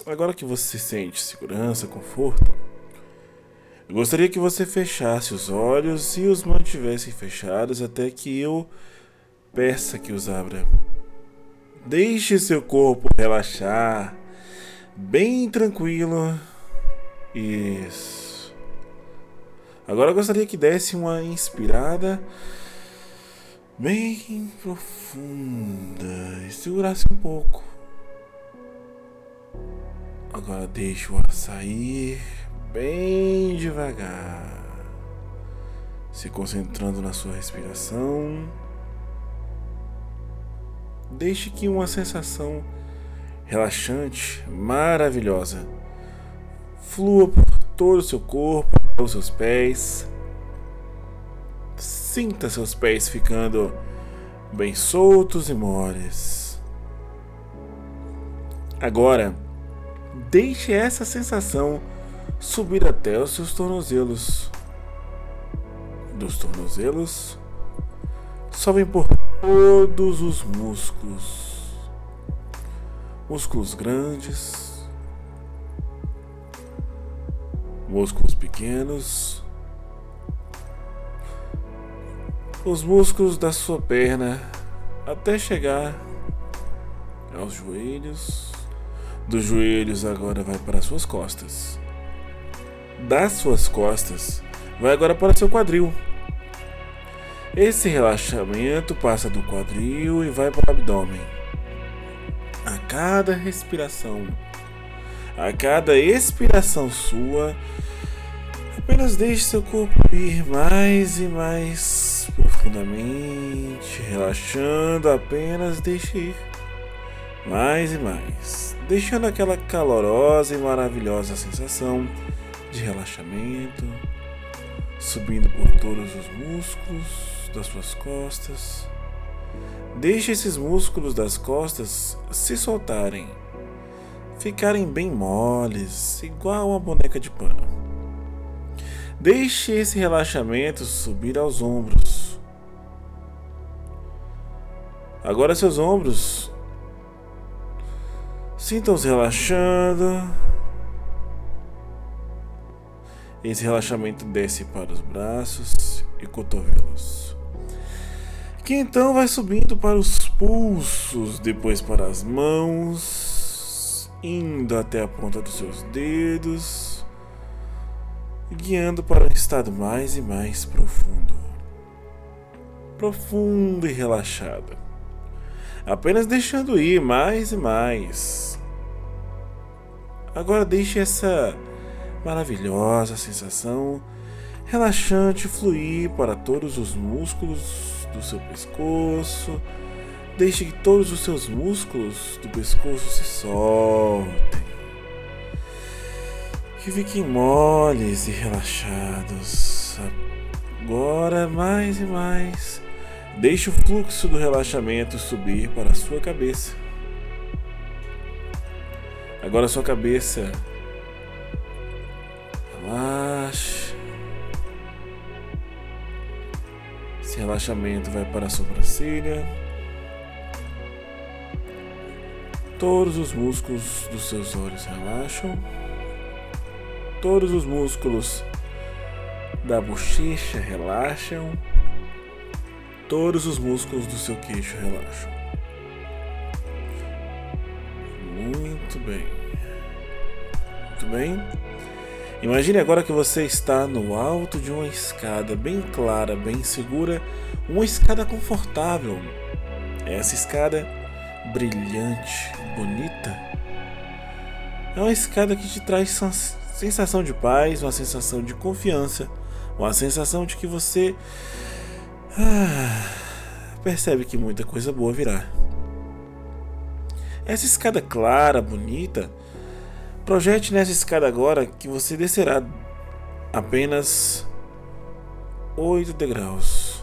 Agora que você sente segurança, conforto, eu gostaria que você fechasse os olhos e os mantivesse fechados até que eu peça que os abra. Deixe seu corpo relaxar, bem tranquilo. Isso. Agora eu gostaria que desse uma inspirada bem profunda e segurasse um pouco. Agora deixe o ar sair bem devagar, se concentrando na sua respiração. Deixe que uma sensação relaxante, maravilhosa, flua por todo o seu corpo, pelos seus pés. Sinta seus pés ficando bem soltos e moles. Agora, deixe essa sensação subir até os seus tornozelos. Dos tornozelos, sobem por todos os músculos. Músculos grandes, músculos pequenos, os músculos da sua perna até chegar aos joelhos. Dos joelhos agora vai para as suas costas. Das suas costas vai agora para seu quadril. Esse relaxamento passa do quadril e vai para o abdômen. A cada respiração, a cada expiração sua, apenas deixe seu corpo ir mais e mais profundamente, relaxando, apenas deixe ir mais e mais, deixando aquela calorosa e maravilhosa sensação de relaxamento subindo por todos os músculos das suas costas. Deixe esses músculos das costas se soltarem, ficarem bem moles, igual uma boneca de pano. Deixe esse relaxamento subir aos ombros. Agora seus ombros, sintam-os relaxando. Esse relaxamento desce para os braços e cotovelos, que então vai subindo para os pulsos, depois para as mãos, indo até a ponta dos seus dedos, guiando para um estado mais e mais profundo. Profundo e relaxado. Apenas deixando ir mais e mais. Agora deixe essa maravilhosa sensação relaxante fluir para todos os músculos do seu pescoço. Deixe que todos os seus músculos do pescoço se soltem, que fiquem moles e relaxados. Agora mais e mais. Deixe o fluxo do relaxamento subir para a sua cabeça. Agora a sua cabeça relaxa. Esse relaxamento vai para a sobrancelha. Todos os músculos dos seus olhos relaxam. Todos os músculos da bochecha relaxam. Todos os músculos do seu queixo relaxam. Muito bem. Muito bem. Imagine agora que você está no alto de uma escada bem clara, bem segura, uma escada confortável. Essa escada brilhante, bonita, é uma escada que te traz sensação de paz, uma sensação de confiança, uma sensação de que você percebe que muita coisa boa virá. Essa escada clara, bonita, projete nessa escada agora que você descerá apenas 8 degraus.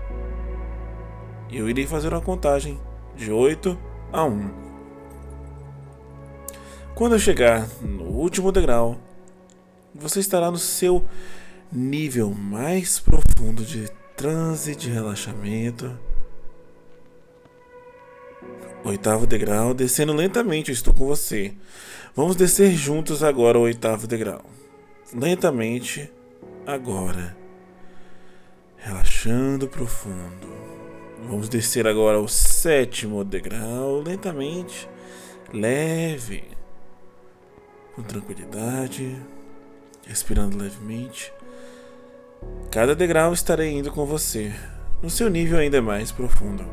E eu irei fazer uma contagem de 8 a 1. Quando eu chegar no último degrau, você estará no seu nível mais profundo de transe, de relaxamento. Oitavo degrau, descendo lentamente, eu estou com você. Vamos descer juntos agora o oitavo degrau. Lentamente, agora. Relaxando profundo. Vamos descer agora o sétimo degrau, lentamente, leve, com tranquilidade, respirando levemente. Cada degrau estarei indo com você, no seu nível ainda mais profundo.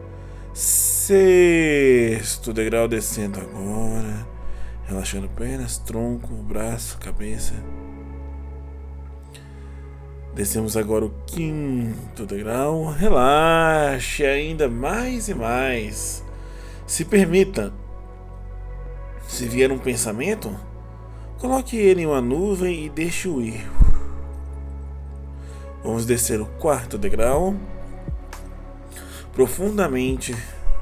Sexto degrau descendo agora, relaxando pernas, tronco, braço, cabeça. Descemos agora o quinto degrau. Relaxe ainda mais e mais. Se permita. Se vier um pensamento, coloque ele em uma nuvem e deixe-o ir. Vamos descer o quarto degrau. Profundamente.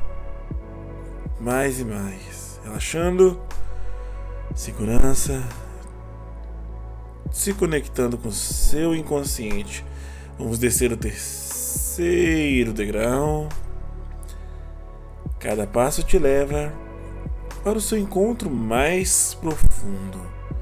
Mais e mais. Relaxando. Segurança. Se conectando com seu inconsciente. Vamos descer o terceiro degrau. Cada passo te leva para o seu encontro mais profundo.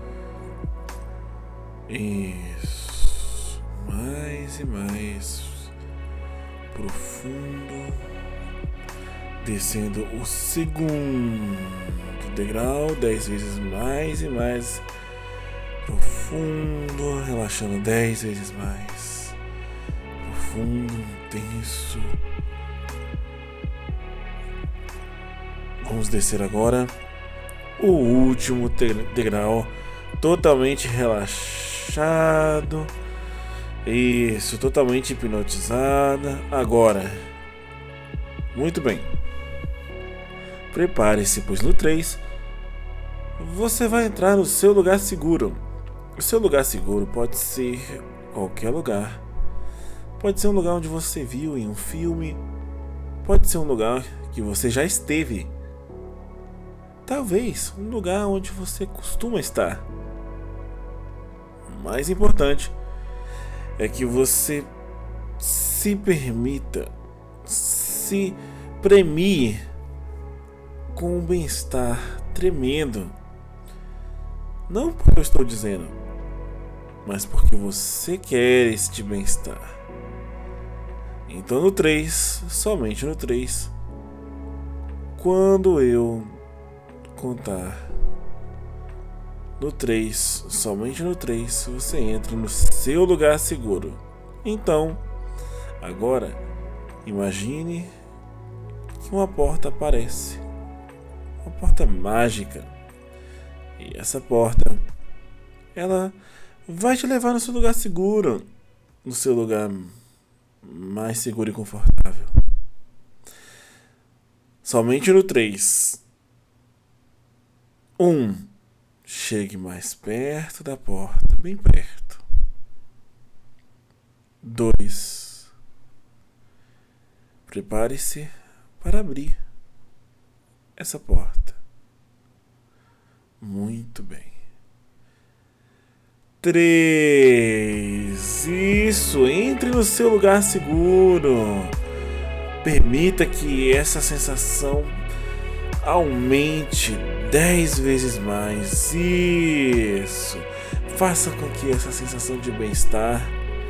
Isso. Mais e mais profundo. Descendo o segundo degrau, 10 vezes mais e mais profundo, relaxando 10 vezes mais profundo, intenso. Vamos descer agora o último degrau, totalmente relaxado. Isso, totalmente hipnotizada. Agora, muito bem. Prepare-se, pois no 3 você vai entrar no seu lugar seguro. O seu lugar seguro pode ser qualquer lugar. Pode ser um lugar onde você viu em um filme. Pode ser um lugar que você já esteve. Talvez um lugar onde você costuma estar. O mais importante é que você se permita, se premie com um bem-estar tremendo. Não porque eu estou dizendo, mas porque você quer este bem-estar. Então no 3, somente no 3, quando eu contar no 3, somente no 3, você entra no seu lugar seguro. Então, agora, imagine que uma porta aparece. Uma porta mágica. E essa porta, ela vai te levar no seu lugar seguro. No seu lugar mais seguro e confortável. Somente no 3. 1. Chegue mais perto da porta, bem perto. 2. Prepare-se para abrir essa porta. Muito bem. 3. Isso, entre no seu lugar seguro. Permita que essa sensação aumente 10 vezes mais. Isso. Faça com que essa sensação de bem-estar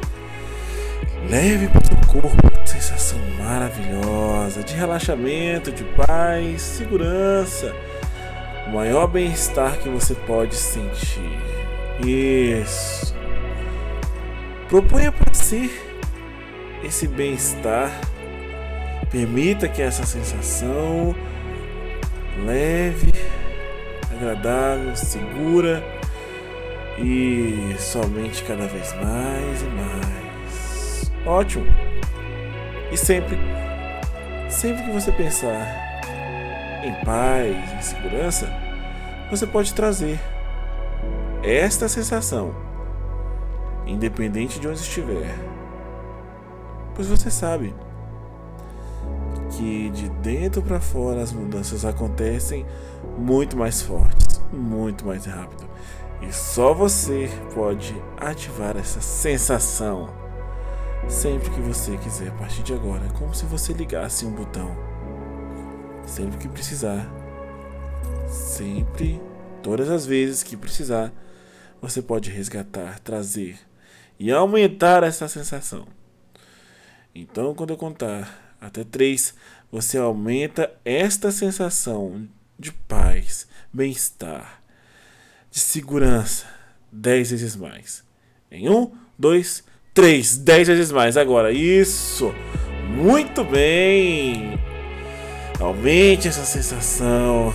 leve para o seu corpo uma sensação maravilhosa de relaxamento, de paz, segurança. O maior bem-estar que você pode sentir. Isso. Proponha para si esse bem-estar. Permita que essa sensação leve, agradável, segura e somente cada vez mais e mais. Ótimo! E sempre que você pensar em paz, em segurança, você pode trazer esta sensação, independente de onde estiver, pois você sabe que de dentro para fora as mudanças acontecem muito mais fortes, muito mais rápido, e só você pode ativar essa sensação sempre que você quiser. A partir de agora é como se você ligasse um botão Sempre que precisar. Sempre, todas as vezes que precisar, você pode resgatar, trazer e aumentar essa sensação. Então, quando eu contar até 3, você aumenta esta sensação de paz, bem-estar, de segurança 10 vezes mais. Em 1, 2, 3, 10 vezes mais. Agora, isso! Muito bem! Aumente essa sensação.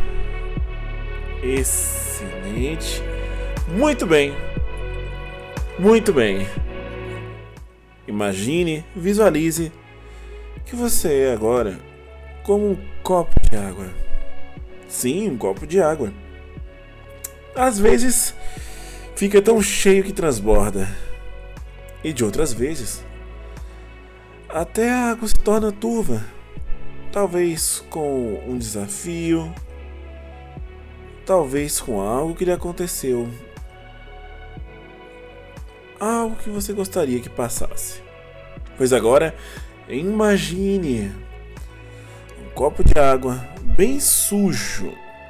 Excelente. Muito bem. Muito bem. Imagine, visualize que você é agora como um copo de água. Sim, um copo de água. Às vezes fica tão cheio que transborda. E de outras vezes, até a água se torna turva. Talvez com um desafio, talvez com algo que lhe aconteceu. Algo que você gostaria que passasse. Pois agora, imagine um copo de água bem sujo.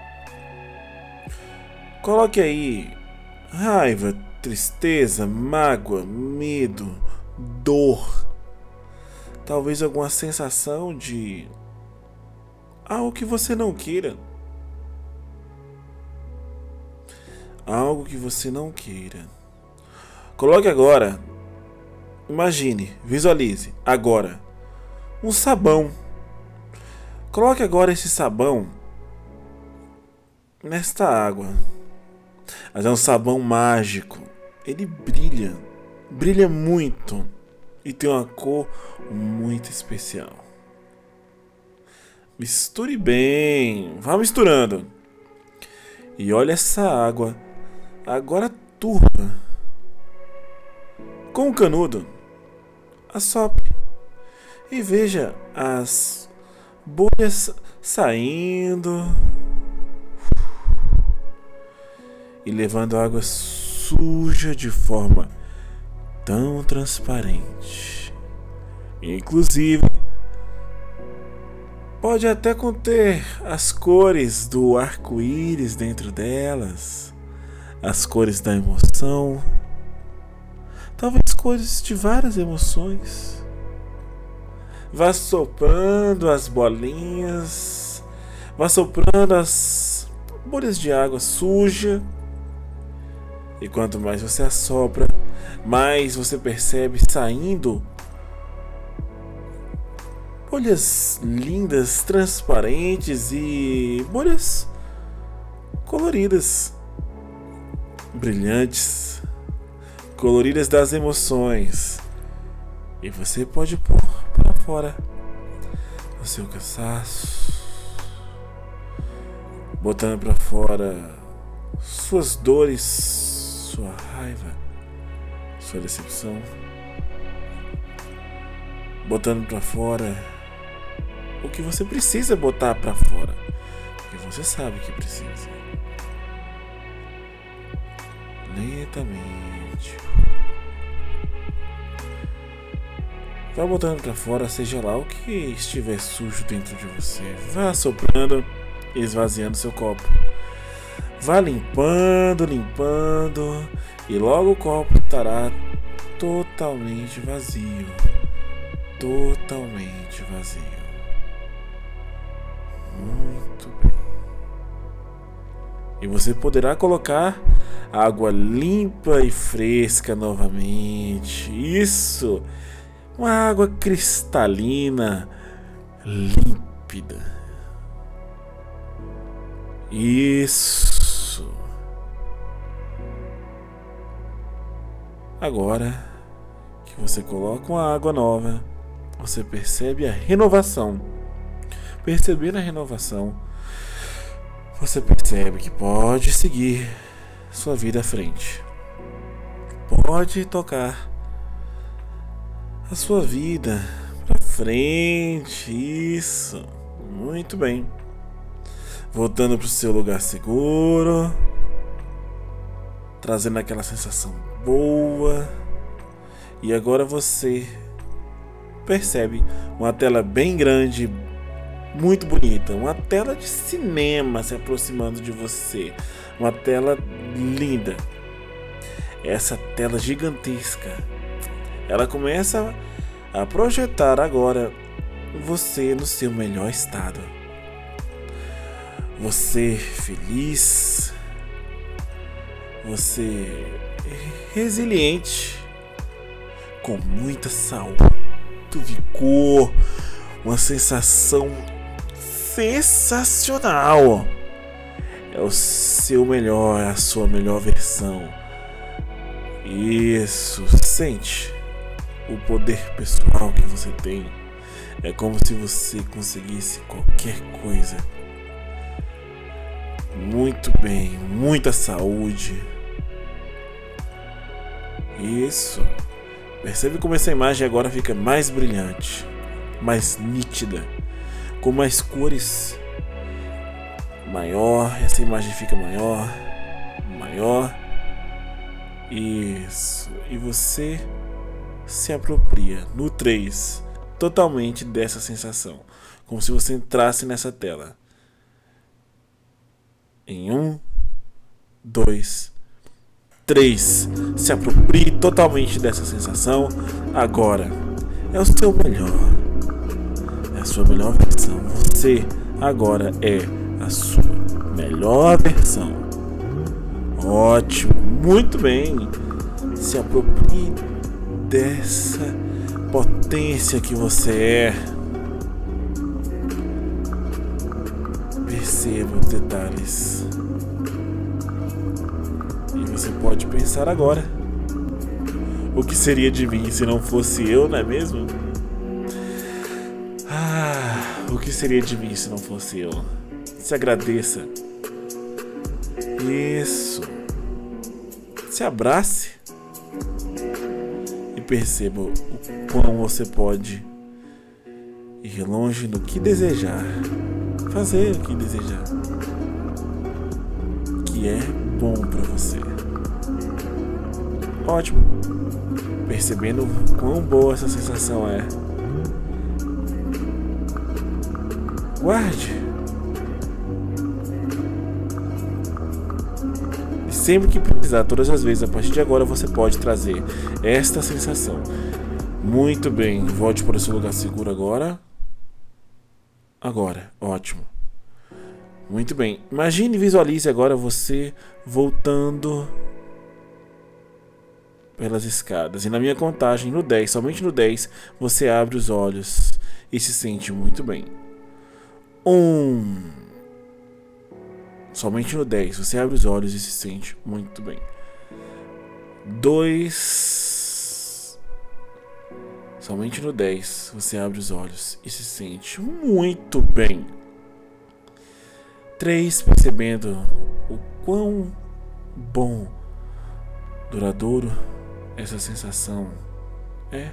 Coloque aí raiva, tristeza, mágoa, medo, dor. Talvez alguma sensação de algo que você não queira. Algo que você não queira. Coloque agora, imagine, visualize agora um sabão. Coloque agora esse sabão nesta água. Mas é um sabão mágico. Ele brilha, brilha muito e tem uma cor muito especial. Misture bem, vá misturando. E olha essa água, agora turva. Com o canudo, assopre e veja as bolhas saindo e levando água suja de forma tão transparente. Inclusive, pode até conter as cores do arco-íris dentro delas, as cores da emoção. Talvez cores de várias emoções. Vá soprando as bolinhas. Vá soprando as bolhas de água suja. E quanto mais você assopra, mais você percebe saindo bolhas lindas, transparentes e bolhas coloridas, brilhantes. Coloridas das emoções. E você pode pôr para fora o seu cansaço, botando para fora suas dores, sua raiva, sua decepção, botando para fora o que você precisa botar para fora, porque você sabe que precisa. Lentamente. Vá botando pra fora, seja lá o que estiver sujo dentro de você. Vá soprando e esvaziando seu copo. Vá limpando, limpando. E logo o copo estará totalmente vazio. Totalmente vazio. Muito bem. E você poderá colocar água limpa e fresca novamente. Isso! Uma água cristalina, límpida. Isso! Agora que você coloca uma água nova, você percebe a renovação. Percebendo a renovação, você percebe que pode seguir sua vida à frente. Pode tocar a sua vida pra frente. Isso. Muito bem. Voltando pro seu lugar seguro, trazendo aquela sensação boa. E agora você percebe uma tela bem grande, muito bonita, uma tela de cinema se aproximando de você, uma tela linda. Essa tela gigantesca, ela começa a projetar agora você no seu melhor estado. Você feliz, você resiliente, com muita saúde, vigor, uma sensação sensacional. É o seu melhor, a sua melhor versão. Isso, sente o poder pessoal que você tem. É como se você conseguisse qualquer coisa. Muito bem, muita saúde. Isso. Percebe como essa imagem agora fica mais brilhante, mais nítida, com mais cores. Maior, essa imagem fica maior, maior. Isso. E você se apropria no 3 totalmente dessa sensação, como se você entrasse nessa tela. Em 1, 2, 3. Se aproprie totalmente dessa sensação. Agora é o seu melhor, é a sua melhor versão. Você agora é a sua melhor versão. Ótimo, muito bem. Se aproprie dessa potência que você é. Perceba os detalhes. E você pode pensar agora: o que seria de mim se não fosse eu, não é mesmo? O que seria de mim se não fosse eu? Se agradeça. Isso. Se abrace. E perceba o quão você pode ir longe no que desejar. Fazer o que desejar. Que é bom para você. Ótimo. Percebendo quão boa essa sensação é. Guarde. E sempre que precisar, todas as vezes, a partir de agora, você pode trazer esta sensação. Muito bem. Volte para o seu lugar seguro agora. Agora. Ótimo. Muito bem. Imagine e visualize agora você voltando pelas escadas. E na minha contagem, no 10, somente no 10, você abre os olhos e se sente muito bem. 1. Somente no 10, você abre os olhos e se sente muito bem. 2. Somente no 10, você abre os olhos e se sente muito bem. 3. Percebendo o quão bom, duradouro essa sensação é.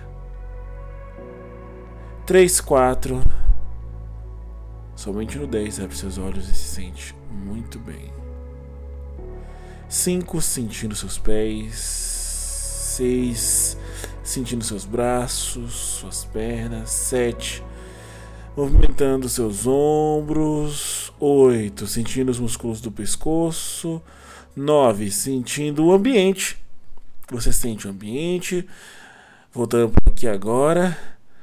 3, 4. Somente no 10 abre seus olhos e se sente muito bem. 5. Sentindo seus pés. 6. Sentindo seus braços, suas pernas. 7. Movimentando seus ombros. 8. Sentindo os músculos do pescoço. 9. Sentindo o ambiente. Você sente o ambiente. Voltando por aqui agora.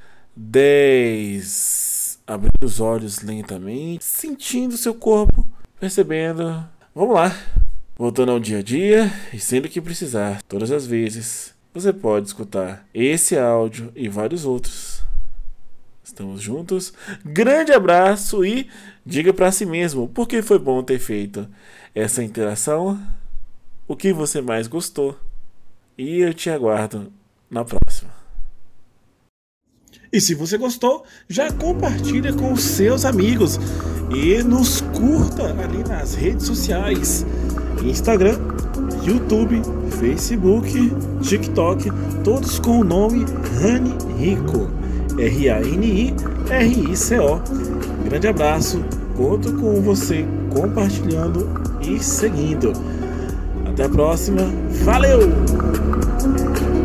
10. Abrindo os olhos lentamente. Sentindo seu corpo. Percebendo. Vamos lá. Voltando ao dia a dia. E sempre que precisar, todas as vezes, você pode escutar esse áudio e vários outros. Estamos juntos. Grande abraço e diga para si mesmo por que foi bom ter feito essa interação. O que você mais gostou. E eu te aguardo na próxima. E se você gostou, já compartilha com os seus amigos e nos curta ali nas redes sociais: Instagram, YouTube, Facebook, TikTok, todos com o nome Rani Rico, RANIRICO. Grande abraço, conto com você compartilhando e seguindo. Até a próxima, valeu!